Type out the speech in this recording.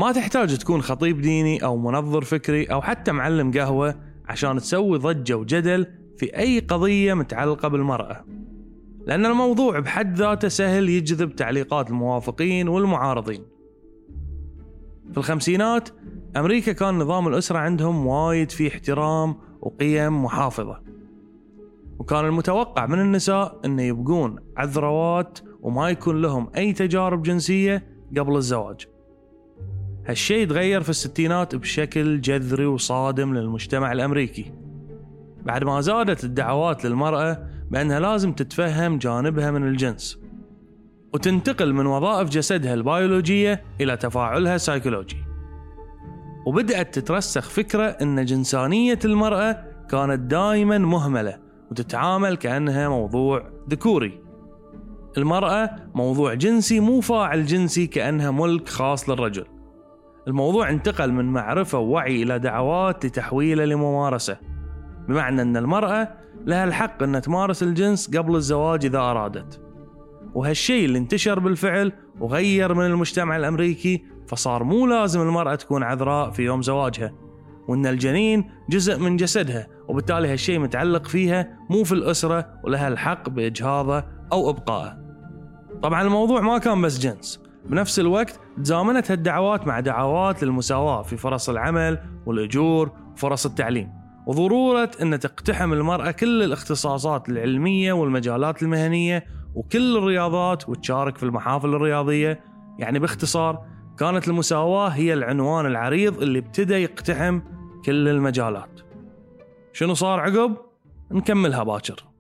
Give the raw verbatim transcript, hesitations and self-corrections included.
ما تحتاج تكون خطيب ديني أو منظر فكري أو حتى معلم قهوة عشان تسوي ضجة وجدل في أي قضية متعلقة بالمرأة، لأن الموضوع بحد ذاته سهل يجذب تعليقات الموافقين والمعارضين. في الخمسينات أمريكا كان نظام الأسرة عندهم وايد فيه احترام وقيم محافظة، وكان المتوقع من النساء أن يبقون عذروات وما يكون لهم أي تجارب جنسية قبل الزواج. هالشيء تغير في الستينات بشكل جذري وصادم للمجتمع الأمريكي بعد ما زادت الدعوات للمرأة بأنها لازم تتفهم جانبها من الجنس وتنتقل من وظائف جسدها البيولوجية إلى تفاعلها السيكولوجي، وبدأت تترسخ فكرة أن جنسانية المرأة كانت دائما مهملة وتتعامل كأنها موضوع ذكوري. المرأة موضوع جنسي مو فاعل جنسي كأنها ملك خاص للرجل. الموضوع انتقل من معرفة ووعي إلى دعوات لتحويله لممارسة، بمعنى أن المرأة لها الحق أن تمارس الجنس قبل الزواج إذا أرادت. وهالشيء اللي انتشر بالفعل وغير من المجتمع الأمريكي، فصار مو لازم المرأة تكون عذراء في يوم زواجها، وأن الجنين جزء من جسدها، وبالتالي هالشيء متعلق فيها مو في الأسرة ولها الحق بإجهاضه أو إبقائه. طبعا الموضوع ما كان بس جنس، بنفس الوقت تزامنت هالدعوات مع دعوات للمساواة في فرص العمل والأجور وفرص التعليم، وضرورة أن تقتحم المرأة كل الاختصاصات العلمية والمجالات المهنية وكل الرياضات وتشارك في المحافل الرياضية. يعني باختصار كانت المساواة هي العنوان العريض اللي ابتدى يقتحم كل المجالات. شنو صار عقب؟ نكملها باكر.